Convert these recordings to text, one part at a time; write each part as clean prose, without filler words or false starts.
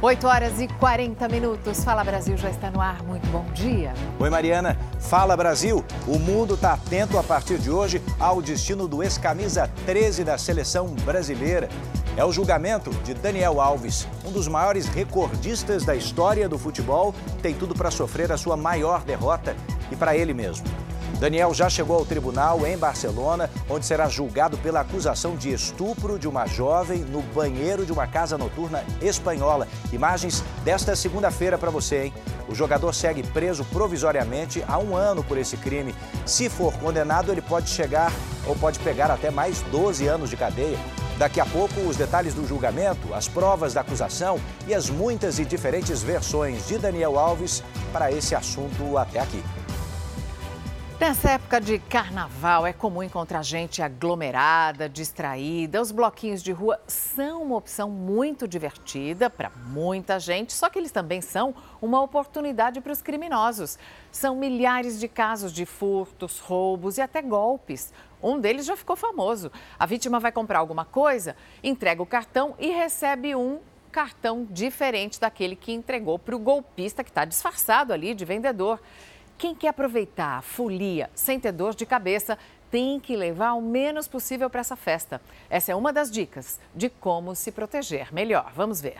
8h40. Fala Brasil já está no ar. Muito bom dia. Oi, Mariana. Fala Brasil. O mundo está atento a partir de hoje ao destino do ex-camisa 13 da seleção brasileira. É o julgamento de Daniel Alves, um dos maiores recordistas da história do futebol. Tem tudo para sofrer a sua maior derrota e para ele mesmo. Daniel já chegou ao tribunal em Barcelona, onde será julgado pela acusação de estupro de uma jovem no banheiro de uma casa noturna espanhola. Imagens desta segunda-feira para você, hein? O jogador segue preso provisoriamente há 1 ano por esse crime. Se for condenado, ele pode pegar até mais 12 anos de cadeia. Daqui a pouco, os detalhes do julgamento, as provas da acusação e as muitas e diferentes versões de Daniel Alves para esse assunto até aqui. Nessa época de carnaval, é comum encontrar gente aglomerada, distraída. Os bloquinhos de rua são uma opção muito divertida para muita gente, só que eles também são uma oportunidade para os criminosos. São milhares de casos de furtos, roubos e até golpes. Um deles já ficou famoso. A vítima vai comprar alguma coisa, entrega o cartão e recebe um cartão diferente daquele que entregou para o golpista que está disfarçado ali de vendedor. Quem quer aproveitar a folia sem ter dor de cabeça tem que levar o menos possível para essa festa. Essa é uma das dicas de como se proteger melhor. Vamos ver.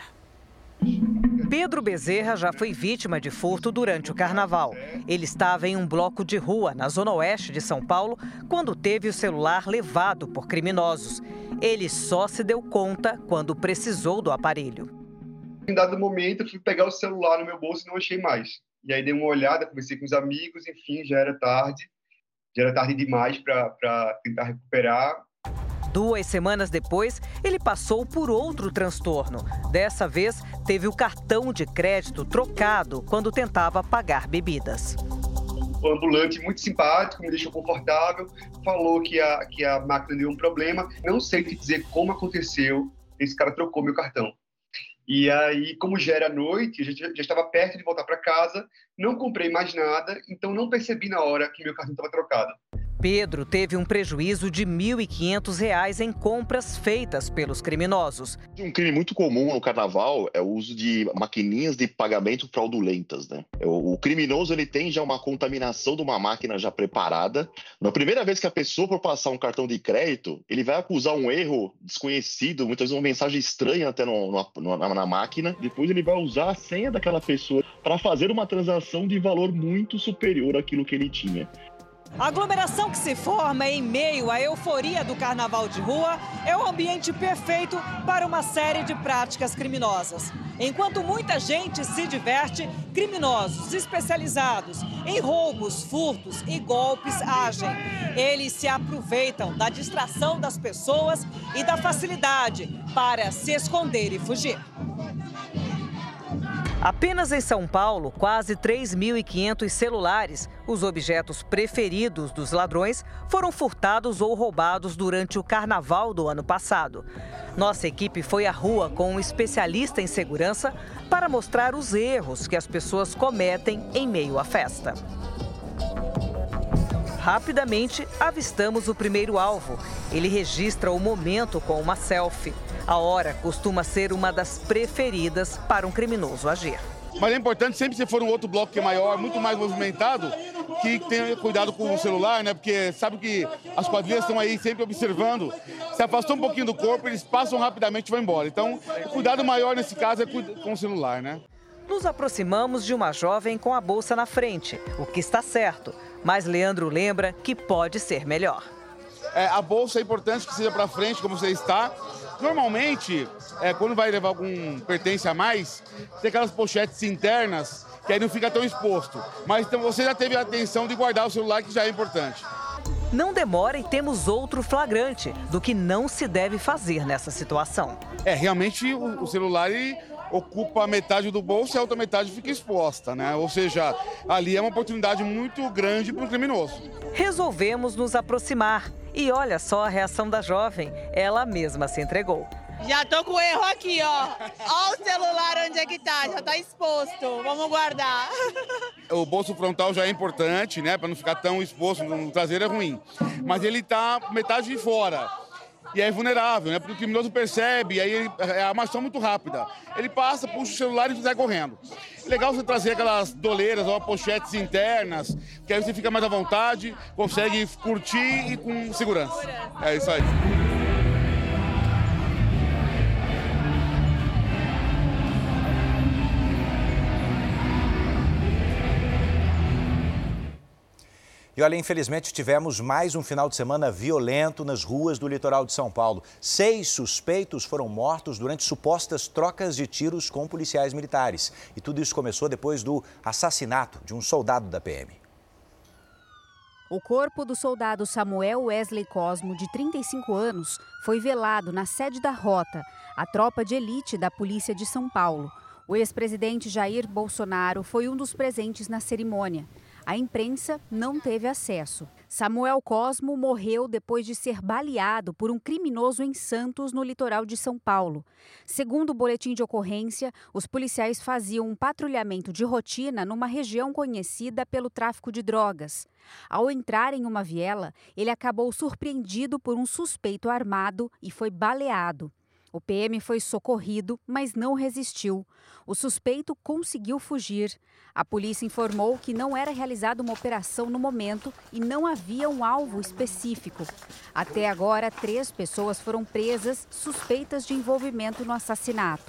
Pedro Bezerra já foi vítima de furto durante o carnaval. Ele estava em um bloco de rua na zona oeste de São Paulo quando teve o celular levado por criminosos. Ele só se deu conta quando precisou do aparelho. Em dado momento, eu fui pegar o celular no meu bolso e não achei mais. E aí dei uma olhada, conversei com os amigos, enfim, já era tarde demais para tentar recuperar. 2 semanas depois, ele passou por outro transtorno. Dessa vez, teve o cartão de crédito trocado quando tentava pagar bebidas. O ambulante muito simpático, me deixou confortável, falou que a máquina deu um problema. Não sei te dizer como aconteceu, esse cara trocou meu cartão. E aí, como já era noite, eu já estava perto de voltar para casa, não comprei mais nada, então não percebi na hora que meu cartão estava trocado. Pedro teve um prejuízo de R$ 1.500 em compras feitas pelos criminosos. Um crime muito comum no carnaval é o uso de maquininhas de pagamento fraudulentas, né? O criminoso ele tem já uma contaminação de uma máquina já preparada. Na primeira vez que a pessoa for passar um cartão de crédito, ele vai acusar um erro desconhecido, muitas vezes uma mensagem estranha até na máquina. Depois ele vai usar a senha daquela pessoa para fazer uma transação de valor muito superior àquilo que ele tinha. A aglomeração que se forma em meio à euforia do carnaval de rua é o ambiente perfeito para uma série de práticas criminosas. Enquanto muita gente se diverte, criminosos especializados em roubos, furtos e golpes agem. Eles se aproveitam da distração das pessoas e da facilidade para se esconder e fugir. Apenas em São Paulo, quase 3.500 celulares, os objetos preferidos dos ladrões, foram furtados ou roubados durante o carnaval do ano passado. Nossa equipe foi à rua com um especialista em segurança para mostrar os erros que as pessoas cometem em meio à festa. Rapidamente, avistamos o primeiro alvo. Ele registra o momento com uma selfie. A hora costuma ser uma das preferidas para um criminoso agir. Mas é importante, sempre se for um outro bloco que é maior, muito mais movimentado, que tenha cuidado com o celular, né? Porque sabe que as quadrilhas estão aí sempre observando. Se afastou um pouquinho do corpo, eles passam rapidamente e vão embora. Então, o cuidado maior nesse caso é com o celular, né? Nos aproximamos de uma jovem com a bolsa na frente, o que está certo. Mas Leandro lembra que pode ser melhor. A bolsa é importante que seja para frente, como você está. Normalmente, quando vai levar algum pertence a mais, tem aquelas pochetes internas que aí não fica tão exposto. Mas então, você já teve a atenção de guardar o celular, que já é importante. Não demora e temos outro flagrante do que não se deve fazer nessa situação. Realmente o celular ocupa metade do bolso e a outra metade fica exposta, né? Ou seja, ali é uma oportunidade muito grande para o criminoso. Resolvemos nos aproximar e olha só a reação da jovem, ela mesma se entregou. Já tô com erro aqui, ó. Ó o celular onde é que tá, já tá exposto. Vamos guardar. O bolso frontal já é importante, né? Para não ficar tão exposto, no traseiro é ruim. Mas ele tá metade de fora. e é vulnerável, né? Porque o criminoso percebe, e aí é uma ação muito rápida. Ele passa, puxa o celular e sai correndo. É legal você trazer aquelas doleiras ou pochetes internas, que aí você fica mais à vontade, consegue curtir e com segurança. É isso aí. E olha, infelizmente tivemos mais um final de semana violento nas ruas do litoral de São Paulo. 6 suspeitos foram mortos durante supostas trocas de tiros com policiais militares. E tudo isso começou depois do assassinato de um soldado da PM. O corpo do soldado Samuel Wesley Cosmo, de 35 anos, foi velado na sede da Rota, a tropa de elite da Polícia de São Paulo. O ex-presidente Jair Bolsonaro foi um dos presentes na cerimônia. A imprensa não teve acesso. Samuel Cosmo morreu depois de ser baleado por um criminoso em Santos, no litoral de São Paulo. Segundo o boletim de ocorrência, os policiais faziam um patrulhamento de rotina numa região conhecida pelo tráfico de drogas. Ao entrar em uma viela, ele acabou surpreendido por um suspeito armado e foi baleado. O PM foi socorrido, mas não resistiu. O suspeito conseguiu fugir. A polícia informou que não era realizada uma operação no momento e não havia um alvo específico. Até agora, 3 pessoas foram presas suspeitas de envolvimento no assassinato.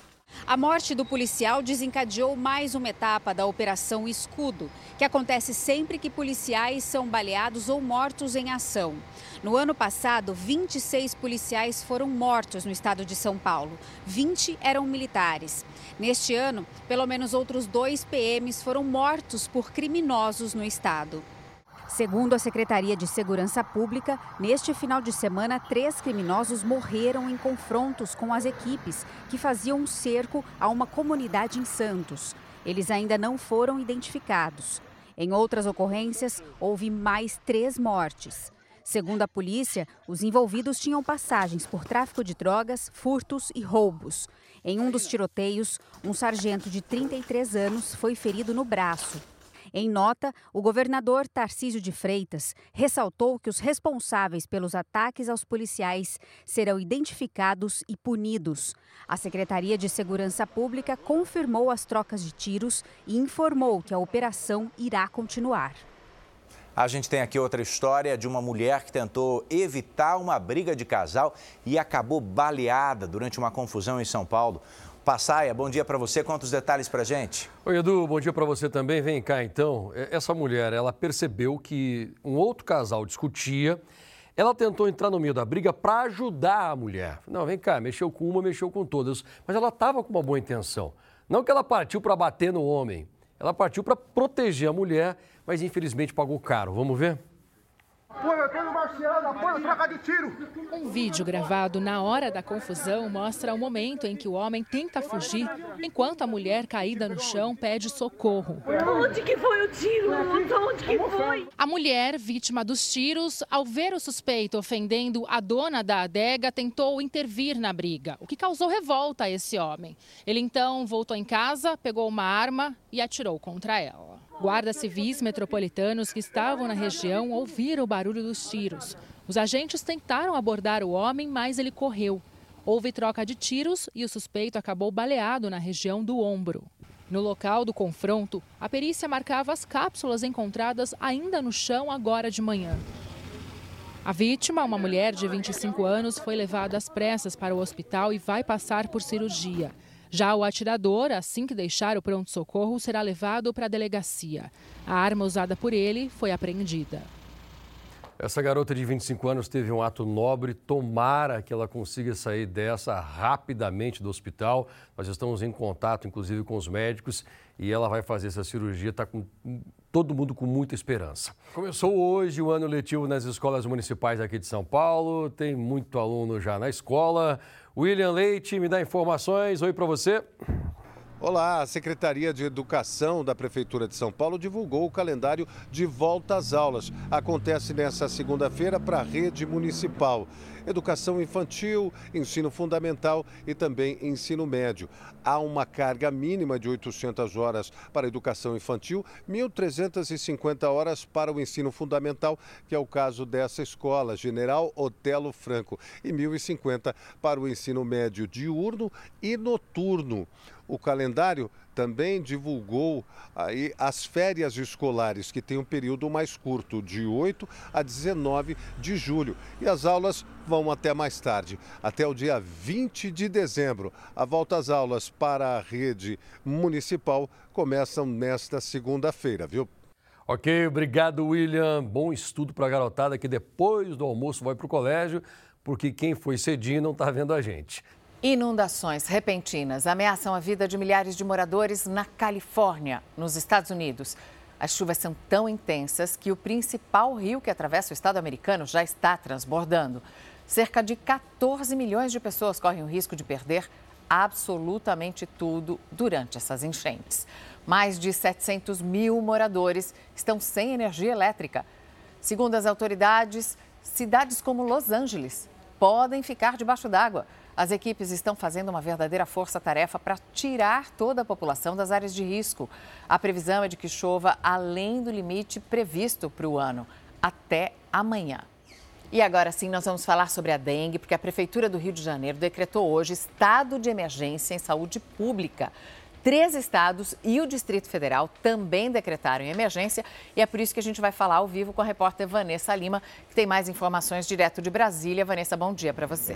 A morte do policial desencadeou mais uma etapa da Operação Escudo, que acontece sempre que policiais são baleados ou mortos em ação. No ano passado, 26 policiais foram mortos no estado de São Paulo. 20 eram militares. Neste ano, pelo menos outros 2 PMs foram mortos por criminosos no estado. Segundo a Secretaria de Segurança Pública, neste final de semana, 3 criminosos morreram em confrontos com as equipes que faziam um cerco a uma comunidade em Santos. Eles ainda não foram identificados. Em outras ocorrências, houve mais 3 mortes. Segundo a polícia, os envolvidos tinham passagens por tráfico de drogas, furtos e roubos. Em um dos tiroteios, um sargento de 33 anos foi ferido no braço. Em nota, o governador Tarcísio de Freitas ressaltou que os responsáveis pelos ataques aos policiais serão identificados e punidos. A Secretaria de Segurança Pública confirmou as trocas de tiros e informou que a operação irá continuar. A gente tem aqui outra história de uma mulher que tentou evitar uma briga de casal e acabou baleada durante uma confusão em São Paulo. Passaia, bom dia para você. Conta os detalhes para a gente. Oi, Edu, bom dia para você também. Vem cá, então. Essa mulher, ela percebeu que um outro casal discutia. Ela tentou entrar no meio da briga para ajudar a mulher. Não, vem cá, mexeu com uma, mexeu com todas. Mas ela estava com uma boa intenção. Não que ela partiu para bater no homem. Ela partiu para proteger a mulher, mas infelizmente pagou caro. Vamos ver? Um vídeo gravado na hora da confusão mostra o momento em que o homem tenta fugir, enquanto a mulher caída no chão pede socorro. Onde que foi o tiro? Onde que foi? A mulher, vítima dos tiros, ao ver o suspeito ofendendo a dona da adega, tentou intervir na briga, o que causou revolta a esse homem. Ele então voltou em casa, pegou uma arma e atirou contra ela. Guardas civis metropolitanos que estavam na região ouviram o barulho dos tiros. Os agentes tentaram abordar o homem, mas ele correu. Houve troca de tiros e o suspeito acabou baleado na região do ombro. No local do confronto, a perícia marcava as cápsulas encontradas ainda no chão agora de manhã. A vítima, uma mulher de 25 anos, foi levada às pressas para o hospital e vai passar por cirurgia. Já o atirador, assim que deixar o pronto-socorro, será levado para a delegacia. A arma usada por ele foi apreendida. Essa garota de 25 anos teve um ato nobre. Tomara que ela consiga sair dessa rapidamente do hospital. Nós estamos em contato, inclusive, com os médicos e ela vai fazer essa cirurgia. Está com todo mundo com muita esperança. Começou hoje o ano letivo nas escolas municipais aqui de São Paulo. Tem muito aluno já na escola. William Leite me dá informações. Oi para você. Olá, a Secretaria de Educação da Prefeitura de São Paulo divulgou o calendário de volta às aulas. Acontece nesta segunda-feira para a rede municipal. educação infantil, ensino fundamental e também ensino médio. Há uma carga mínima de 800 horas para a educação infantil, 1.350 horas para o ensino fundamental, que é o caso dessa escola, General Otelo Franco, e 1.050 para o ensino médio diurno e noturno. O calendário também divulgou aí as férias escolares, que tem um período mais curto, de 8 a 19 de julho. E as aulas vão até mais tarde, até o dia 20 de dezembro. A volta às aulas para a rede municipal começam nesta segunda-feira, viu? Ok, obrigado, William. Bom estudo para a garotada que depois do almoço vai para o colégio, porque quem foi cedinho não está vendo a gente. Inundações repentinas ameaçam a vida de milhares de moradores na Califórnia, nos Estados Unidos. As chuvas são tão intensas que o principal rio que atravessa o estado americano já está transbordando. Cerca de 14 milhões de pessoas correm o risco de perder absolutamente tudo durante essas enchentes. Mais de 700 mil moradores estão sem energia elétrica. Segundo as autoridades, cidades como Los Angeles podem ficar debaixo d'água. As equipes estão fazendo uma verdadeira força-tarefa para tirar toda a população das áreas de risco. A previsão é de que chova além do limite previsto para o ano, até amanhã. E agora sim, nós vamos falar sobre a dengue, porque a Prefeitura do Rio de Janeiro decretou hoje estado de emergência em saúde pública. 3 estados e o Distrito Federal também decretaram emergência e é por isso que a gente vai falar ao vivo com a repórter Vanessa Lima, que tem mais informações direto de Brasília. Vanessa, bom dia para você.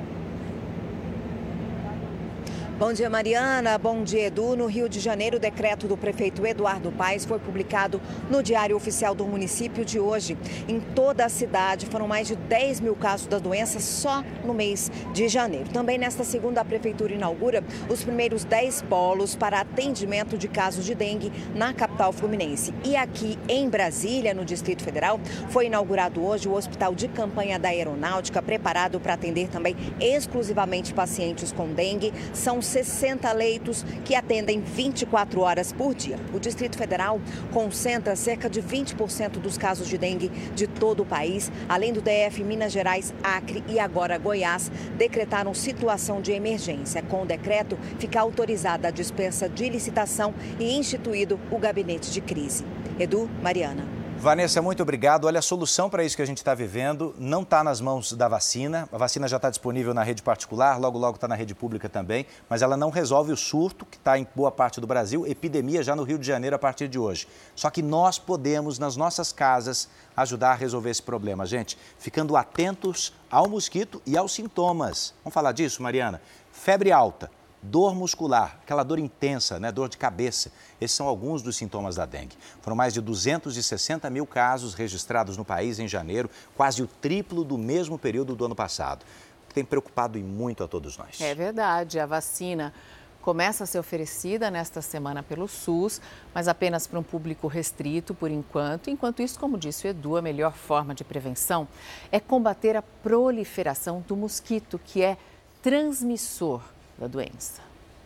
Bom dia, Mariana. Bom dia, Edu. No Rio de Janeiro, o decreto do prefeito Eduardo Paes foi publicado no Diário Oficial do município de hoje. Em toda a cidade, foram mais de 10 mil casos da doença só no mês de janeiro. Também nesta segunda, a prefeitura inaugura os primeiros 10 polos para atendimento de casos de dengue na capital fluminense. E aqui em Brasília, no Distrito Federal, foi inaugurado hoje o Hospital de Campanha da Aeronáutica, preparado para atender também exclusivamente pacientes com dengue. São 60 leitos que atendem 24 horas por dia. O Distrito Federal concentra cerca de 20% dos casos de dengue de todo o país. Além do DF, Minas Gerais, Acre e agora Goiás decretaram situação de emergência. Com o decreto, fica autorizada a dispensa de licitação e instituído o gabinete de crise. Edu, Mariana. Vanessa, muito obrigado. Olha, a solução para isso que a gente está vivendo não está nas mãos da vacina. A vacina já está disponível na rede particular, logo está na rede pública também, mas ela não resolve o surto que está em boa parte do Brasil, epidemia já no Rio de Janeiro a partir de hoje. Só que nós podemos, nas nossas casas, ajudar a resolver esse problema, gente, ficando atentos ao mosquito e aos sintomas. Vamos falar disso, Mariana? Febre alta. Dor muscular, aquela dor intensa, né? Dor de cabeça. Esses são alguns dos sintomas da dengue. Foram mais de 260 mil casos registrados no país em janeiro, quase o triplo do mesmo período do ano passado. Tem preocupado e muito a todos nós. É verdade, a vacina começa a ser oferecida nesta semana pelo SUS, mas apenas para um público restrito por enquanto. Enquanto isso, como disse o Edu, a melhor forma de prevenção é combater a proliferação do mosquito, que é transmissor da doença.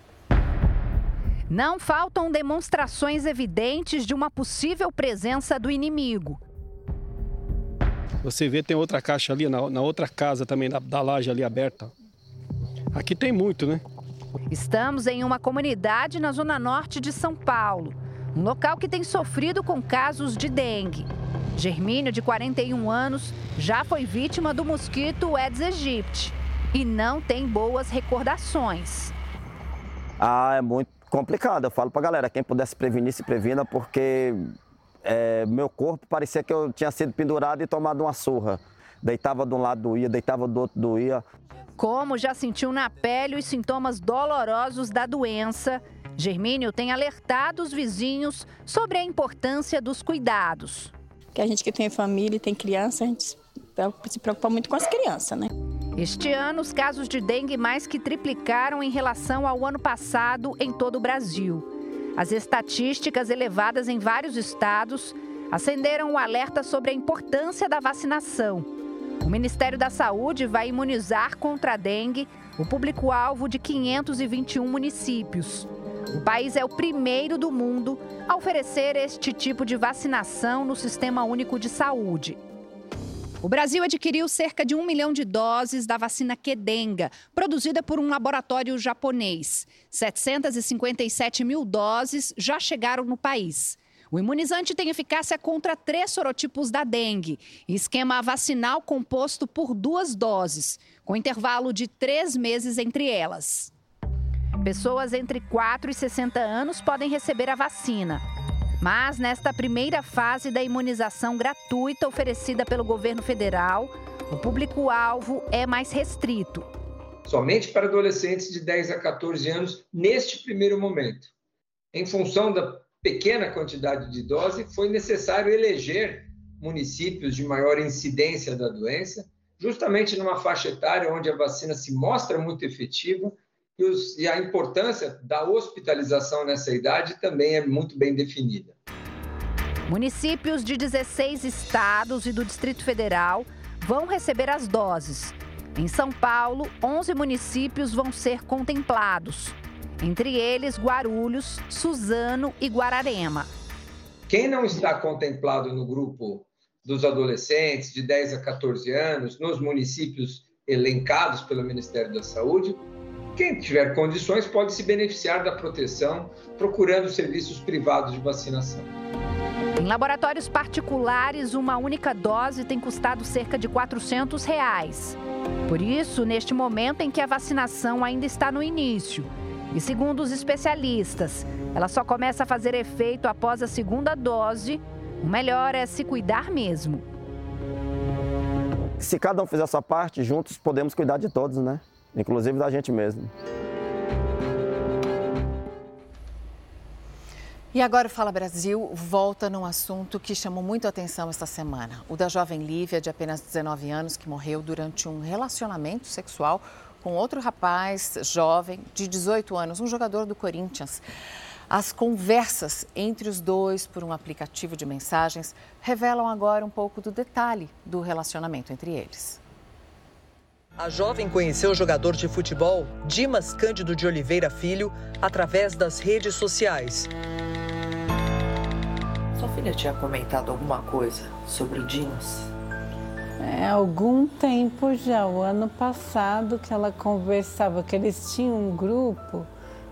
Não faltam demonstrações evidentes de uma possível presença do inimigo. Você vê, tem outra caixa ali, na outra casa também, da laje ali aberta. Aqui tem muito, né? Estamos em uma comunidade na zona norte de São Paulo, um local que tem sofrido com casos de dengue. Germínio, de 41 anos, já foi vítima do mosquito Aedes aegypti e não tem boas recordações. É muito complicado. Eu falo pra galera, quem puder se prevenir, se previna, porque meu corpo parecia que eu tinha sido pendurado e tomado uma surra. Deitava de um lado, doía, deitava do outro, doía. Como já sentiu na pele os sintomas dolorosos da doença, Germínio tem alertado os vizinhos sobre a importância dos cuidados. Que a gente que tem família e tem criança, a gente se preocupa muito com as crianças, né? Este ano, os casos de dengue mais que triplicaram em relação ao ano passado em todo o Brasil. As estatísticas elevadas em vários estados acenderam o alerta sobre a importância da vacinação. O Ministério da Saúde vai imunizar contra a dengue o público-alvo de 521 municípios. O país é o primeiro do mundo a oferecer este tipo de vacinação no Sistema Único de Saúde. O Brasil adquiriu cerca de 1 milhão de doses da vacina Qdenga, produzida por um laboratório japonês. 757 mil doses já chegaram no país. O imunizante tem eficácia contra 3 sorotipos da dengue e esquema vacinal composto por 2 doses, com intervalo de 3 meses entre elas. Pessoas entre 4 e 60 anos podem receber a vacina. Mas nesta primeira fase da imunização gratuita oferecida pelo governo federal, o público-alvo é mais restrito. Somente para adolescentes de 10 a 14 anos neste primeiro momento. Em função da pequena quantidade de dose, foi necessário eleger municípios de maior incidência da doença, justamente numa faixa etária onde a vacina se mostra muito efetiva e a importância da hospitalização nessa idade também é muito bem definida. Municípios de 16 estados e do Distrito Federal vão receber as doses. Em São Paulo, 11 municípios vão ser contemplados. Entre eles, Guarulhos, Suzano e Guararema. Quem não está contemplado no grupo dos adolescentes de 10 a 14 anos, nos municípios elencados pelo Ministério da Saúde, quem tiver condições pode se beneficiar da proteção procurando serviços privados de vacinação. Em laboratórios particulares, uma única dose tem custado cerca de R$ 400. Por isso, neste momento em que a vacinação ainda está no início, e segundo os especialistas, ela só começa a fazer efeito após a segunda dose, o melhor é se cuidar mesmo. Se cada um fizer a sua parte, juntos podemos cuidar de todos, né? Inclusive da gente mesmo. E agora o Fala Brasil volta num assunto que chamou muito a atenção esta semana. O da jovem Lívia, de apenas 19 anos, que morreu durante um relacionamento sexual com outro rapaz jovem de 18 anos, um jogador do Corinthians. As conversas entre os dois por um aplicativo de mensagens revelam agora um pouco do detalhe do relacionamento entre eles. A jovem conheceu o jogador de futebol Dimas Cândido de Oliveira Filho através das redes sociais. Sua filha tinha comentado alguma coisa sobre o Dimas? Há algum tempo já, o ano passado, que ela conversava, que eles tinham um grupo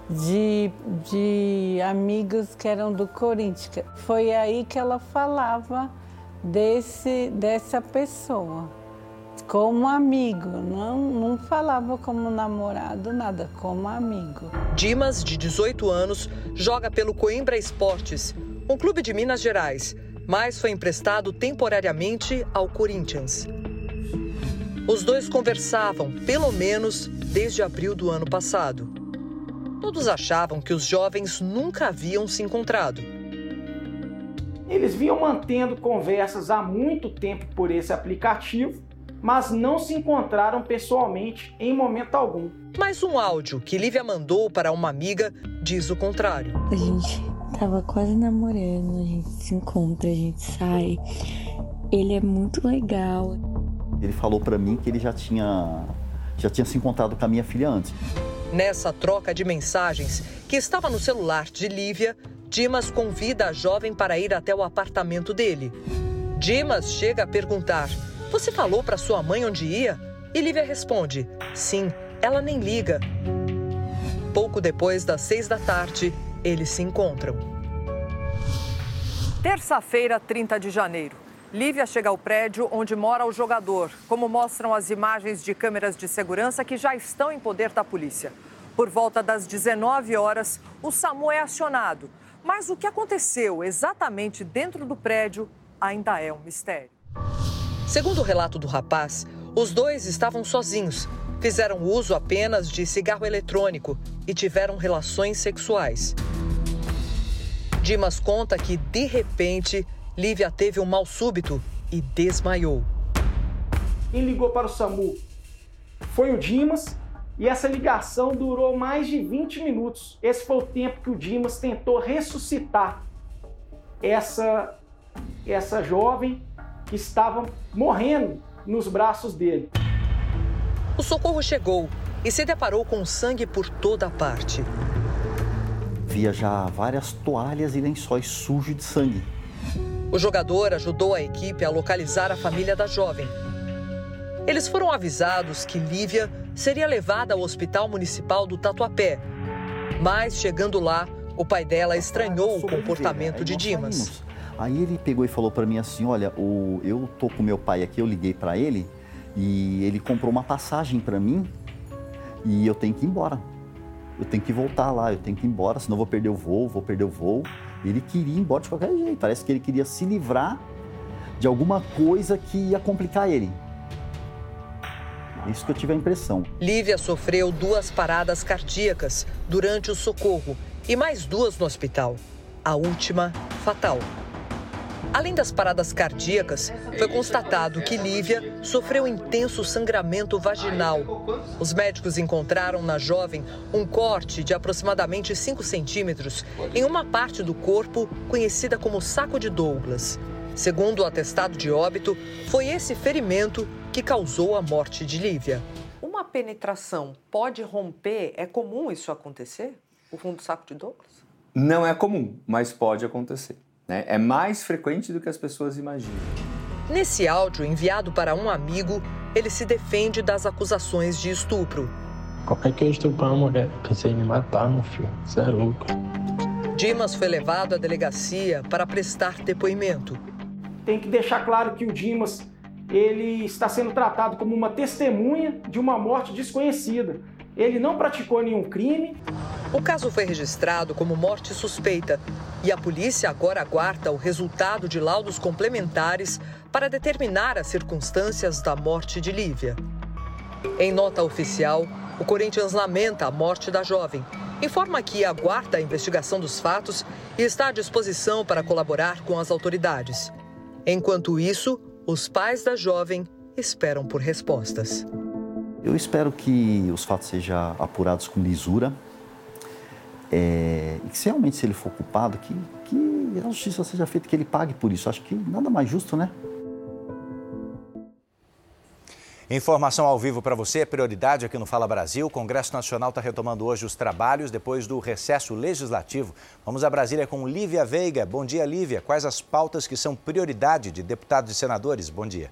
de amigos que eram do Corinthians. Foi aí que ela falava dessa pessoa. Como amigo, não falava como namorado, nada, como amigo. Dimas, de 18 anos, joga pelo Coimbra Esportes, um clube de Minas Gerais, mas foi emprestado temporariamente ao Corinthians. Os dois conversavam, pelo menos, desde abril do ano passado. Todos achavam que os jovens nunca haviam se encontrado. Eles vinham mantendo conversas há muito tempo por esse aplicativo, mas não se encontraram pessoalmente em momento algum. Mas um áudio que Lívia mandou para uma amiga diz o contrário. A gente tava quase namorando, a gente se encontra, a gente sai. Ele é muito legal. Ele falou para mim que ele já tinha se encontrado com a minha filha antes. Nessa troca de mensagens que estava no celular de Lívia, Dimas convida a jovem para ir até o apartamento dele. Dimas chega a perguntar: "Você falou para sua mãe onde ia?" E Lívia responde: "Sim, ela nem liga." Pouco depois das 6 da tarde, eles se encontram. Terça-feira, 30 de janeiro. Lívia chega ao prédio onde mora o jogador, como mostram as imagens de câmeras de segurança que já estão em poder da polícia. Por volta das 19 horas, o SAMU é acionado. Mas o que aconteceu exatamente dentro do prédio ainda é um mistério. Segundo o relato do rapaz, os dois estavam sozinhos, fizeram uso apenas de cigarro eletrônico e tiveram relações sexuais. Dimas conta que, de repente, Lívia teve um mal súbito e desmaiou. Quem ligou para o SAMU foi o Dimas e essa ligação durou mais de 20 minutos. Esse foi o tempo que o Dimas tentou ressuscitar essa jovem que estava morrendo nos braços dele. O socorro chegou e se deparou com sangue por toda parte. Via já várias toalhas e lençóis sujos de sangue. O jogador ajudou a equipe a localizar a família da jovem. Eles foram avisados que Lívia seria levada ao Hospital Municipal do Tatuapé. Mas, chegando lá, o pai dela estranhou o comportamento de Dimas. Aí ele pegou e falou para mim assim, olha, eu tô com meu pai aqui, eu liguei para ele e ele comprou uma passagem para mim e eu tenho que ir embora. Eu tenho que voltar lá, eu tenho que ir embora, senão vou perder o voo. Ele queria ir embora de qualquer jeito, parece que ele queria se livrar de alguma coisa que ia complicar ele. Isso que eu tive a impressão. Lívia sofreu 2 paradas cardíacas durante o socorro e mais 2 no hospital. A última, fatal. Além das paradas cardíacas, foi constatado que Lívia sofreu intenso sangramento vaginal. Os médicos encontraram na jovem um corte de aproximadamente 5 centímetros em uma parte do corpo conhecida como saco de Douglas. Segundo o atestado de óbito, foi esse ferimento que causou a morte de Lívia. Uma penetração pode romper? É comum isso acontecer? O fundo do saco de Douglas? Não é comum, mas pode acontecer. É mais frequente do que as pessoas imaginam. Nesse áudio enviado para um amigo, ele se defende das acusações de estupro. Qualquer que eu estuprar uma mulher, pensei em me matar, meu filho. Você é louco. Dimas foi levado à delegacia para prestar depoimento. Tem que deixar claro que o Dimas ele está sendo tratado como uma testemunha de uma morte desconhecida. Ele não praticou nenhum crime. O caso foi registrado como morte suspeita e a polícia agora aguarda o resultado de laudos complementares para determinar as circunstâncias da morte de Lívia. Em nota oficial, o Corinthians lamenta a morte da jovem, informa que aguarda a investigação dos fatos e está à disposição para colaborar com as autoridades. Enquanto isso, os pais da jovem esperam por respostas. Eu espero que os fatos sejam apurados com lisura e que, realmente, se ele for culpado, que a justiça seja feita, que ele pague por isso. Acho que nada mais justo, né? Informação ao vivo para você, prioridade aqui no Fala Brasil. O Congresso Nacional está retomando hoje os trabalhos depois do recesso legislativo. Vamos a Brasília com Lívia Veiga. Bom dia, Lívia. Quais as pautas que são prioridade de deputados e senadores? Bom dia.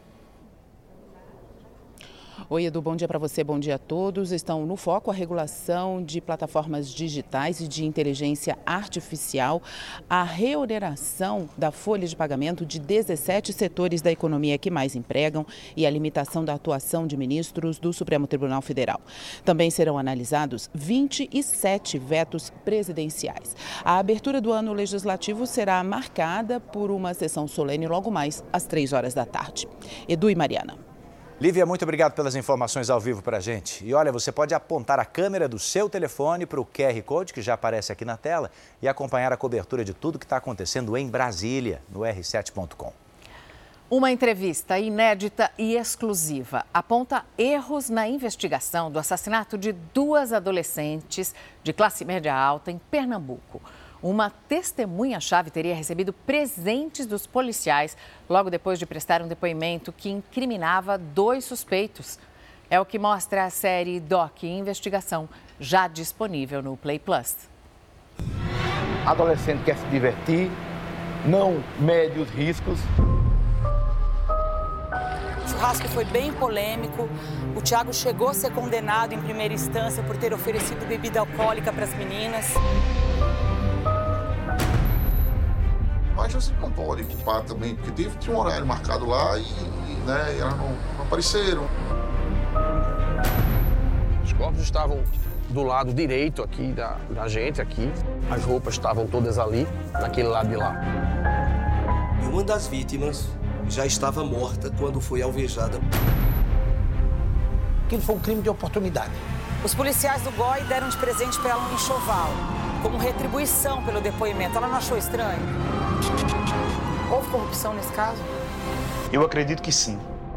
Oi, Edu, bom dia para você, bom dia a todos. Estão no foco a regulação de plataformas digitais e de inteligência artificial, a reoneração da folha de pagamento de 17 setores da economia que mais empregam e a limitação da atuação de ministros do Supremo Tribunal Federal. Também serão analisados 27 vetos presidenciais. A abertura do ano legislativo será marcada por uma sessão solene logo mais às 3 horas da tarde. Edu e Mariana. Lívia, muito obrigado pelas informações ao vivo para a gente. E olha, você pode apontar a câmera do seu telefone para o QR Code que já aparece aqui na tela e acompanhar a cobertura de tudo que está acontecendo em Brasília, no r7.com. Uma entrevista inédita e exclusiva aponta erros na investigação do assassinato de 2 adolescentes de classe média alta em Pernambuco. Uma testemunha-chave teria recebido presentes dos policiais logo depois de prestar um depoimento que incriminava 2 suspeitos. É o que mostra a série Doc Investigação, já disponível no Play Plus. Adolescente quer se divertir, não mede os riscos. O churrasco foi bem polêmico. O Thiago chegou a ser condenado em primeira instância por ter oferecido bebida alcoólica para as meninas. Mas você não pode culpar também, porque tinha um horário marcado lá e elas não apareceram. Os corpos estavam do lado direito aqui da gente, aqui. As roupas estavam todas ali, naquele lado de lá. E uma das vítimas já estava morta quando foi alvejada. Aquilo foi um crime de oportunidade. Os policiais do GOI deram de presente para ela um enxoval, como retribuição pelo depoimento. Ela não achou estranho? Houve corrupção nesse caso? Eu acredito que sim.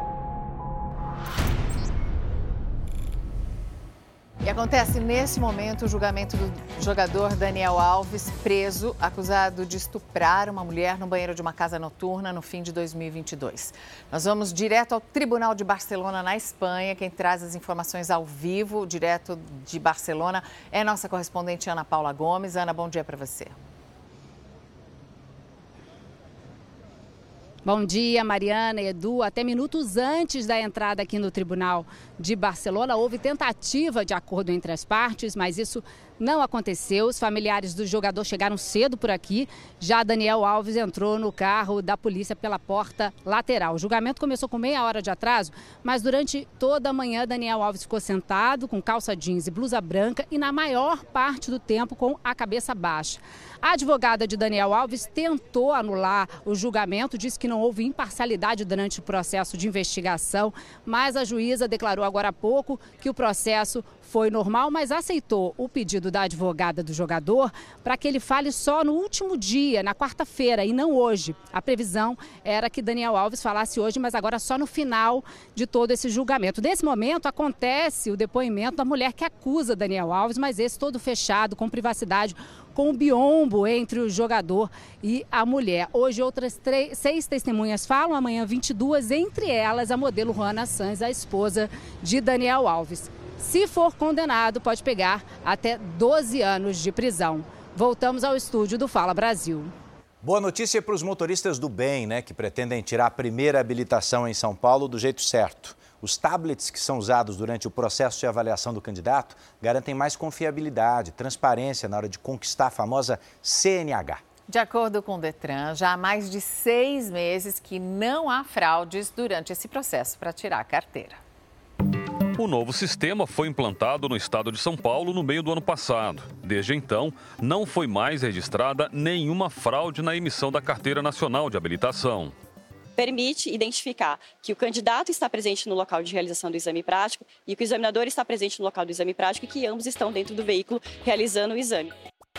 E acontece nesse momento o julgamento do jogador Daniel Alves, preso, acusado de estuprar uma mulher no banheiro de uma casa noturna no fim de 2022. Nós vamos direto ao Tribunal de Barcelona, na Espanha. Quem traz as informações ao vivo, direto de Barcelona, é nossa correspondente Ana Paula Gomes. Ana, bom dia para você. Bom dia, Mariana e Edu. Até minutos antes da entrada aqui no Tribunal de Barcelona, houve tentativa de acordo entre as partes, mas isso não aconteceu. Os familiares do jogador chegaram cedo por aqui. Já Daniel Alves entrou no carro da polícia pela porta lateral. O julgamento começou com meia hora de atraso, mas durante toda a manhã Daniel Alves ficou sentado com calça jeans e blusa branca e na maior parte do tempo com a cabeça baixa. A advogada de Daniel Alves tentou anular o julgamento, disse que não houve imparcialidade durante o processo de investigação, mas a juíza declarou agora há pouco que o processo foi normal, mas aceitou o pedido da advogada do jogador para que ele fale só no último dia, na quarta-feira, e não hoje. A previsão era que Daniel Alves falasse hoje, mas agora só no final de todo esse julgamento. Nesse momento acontece o depoimento da mulher que acusa Daniel Alves, mas esse todo fechado, com privacidade, com o biombo entre o jogador e a mulher. Hoje outras 6 testemunhas falam, amanhã 22, entre elas a modelo Juana Sanz, a esposa de Daniel Alves. Se for condenado, pode pegar até 12 anos de prisão. Voltamos ao estúdio do Fala Brasil. Boa notícia para os motoristas do bem, né, que pretendem tirar a primeira habilitação em São Paulo do jeito certo. Os tablets que são usados durante o processo de avaliação do candidato garantem mais confiabilidade, transparência na hora de conquistar a famosa CNH. De acordo com o Detran, já há mais de 6 meses que não há fraudes durante esse processo para tirar a carteira. O novo sistema foi implantado no estado de São Paulo no meio do ano passado. Desde então, não foi mais registrada nenhuma fraude na emissão da Carteira Nacional de Habilitação. Permite identificar que o candidato está presente no local de realização do exame prático e que o examinador está presente no local do exame prático e que ambos estão dentro do veículo realizando o exame.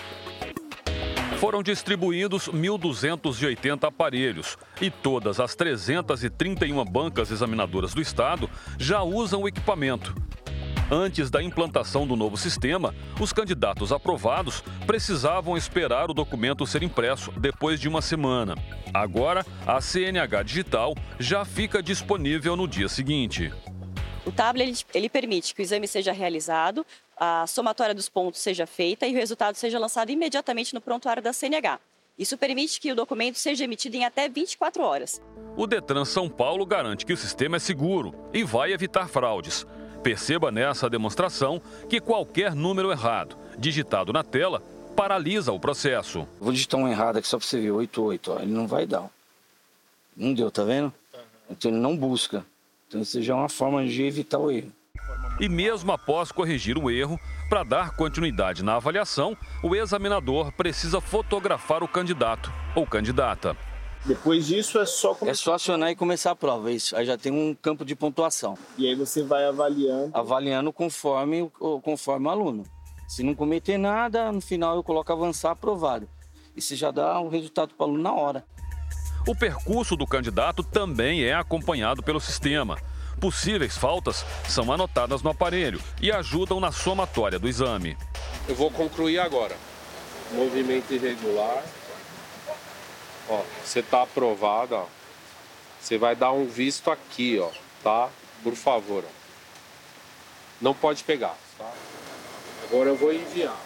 Foram distribuídos 1.280 aparelhos e todas as 331 bancas examinadoras do estado já usam o equipamento. Antes da implantação do novo sistema, os candidatos aprovados precisavam esperar o documento ser impresso depois de uma semana. Agora, a CNH digital já fica disponível no dia seguinte. O tablet ele permite que o exame seja realizado, a somatória dos pontos seja feita e o resultado seja lançado imediatamente no prontuário da CNH. Isso permite que o documento seja emitido em até 24 horas. O Detran São Paulo garante que o sistema é seguro e vai evitar fraudes. Perceba nessa demonstração que qualquer número errado, digitado na tela, paralisa o processo. Vou digitar um errado aqui só para você ver, 88, ó. Ele não vai dar. Não deu, tá vendo? Então ele não busca. Então isso já é uma forma de evitar o erro. E mesmo após corrigir o erro, para dar continuidade na avaliação, o examinador precisa fotografar o candidato ou candidata. Depois disso é só acionar e começar a prova, isso. Aí já tem um campo de pontuação. E aí você vai avaliando? Avaliando conforme o aluno. Se não cometer nada, no final eu coloco avançar, aprovado. E você já dá o resultado para o aluno na hora. O percurso do candidato também é acompanhado pelo sistema. Possíveis faltas são anotadas no aparelho e ajudam na somatória do exame. Eu vou concluir agora. Movimento irregular. Ó, você está aprovado, ó. Você vai dar um visto aqui, ó, tá? Por favor, ó. Não pode pegar, tá? Agora eu vou enviar.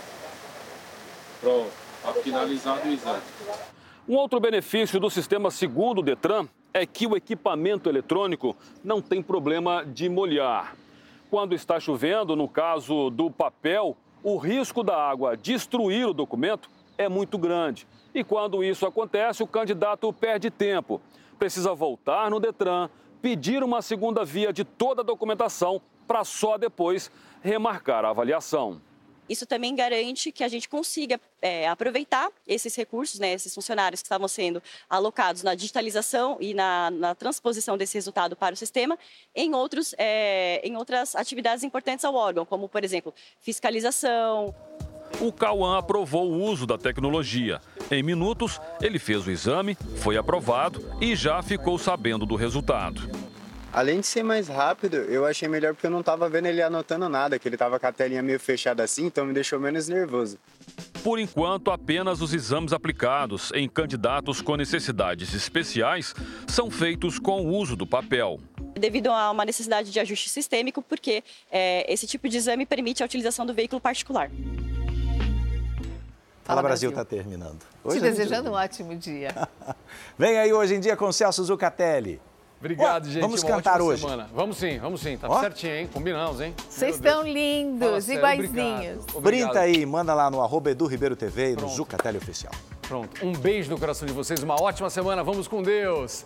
Pronto, tá finalizado o exame. Um outro benefício do sistema segundo o Detran é que o equipamento eletrônico não tem problema de molhar. Quando está chovendo, no caso do papel, o risco da água destruir o documento é muito grande. E quando isso acontece, o candidato perde tempo. Precisa voltar no Detran, pedir uma segunda via de toda a documentação para só depois remarcar a avaliação. Isso também garante que a gente consiga aproveitar esses recursos, né, esses funcionários que estavam sendo alocados na digitalização e na transposição desse resultado para o sistema em outras atividades importantes ao órgão, como, por exemplo, fiscalização. O Cauã aprovou o uso da tecnologia. Em minutos, ele fez o exame, foi aprovado e já ficou sabendo do resultado. Além de ser mais rápido, eu achei melhor porque eu não estava vendo ele anotando nada, que ele estava com a telinha meio fechada assim, então me deixou menos nervoso. Por enquanto, apenas os exames aplicados em candidatos com necessidades especiais são feitos com o uso do papel. Devido a uma necessidade de ajuste sistêmico, porque esse tipo de exame permite a utilização do veículo particular. Fala Brasil está terminando. Te desejando um ótimo dia. Vem aí Hoje em Dia com Celso Zucatelli. Obrigado, gente. Vamos cantar hoje. Semana. Vamos sim. Tá certinho, hein? Combinamos, hein? Vocês estão lindos, iguaizinhos. Obrigado. Printa aí, manda lá no @EduRibeiroTV e no Zucatelli Oficial. Pronto. Um beijo no coração de vocês, uma ótima semana. Vamos com Deus.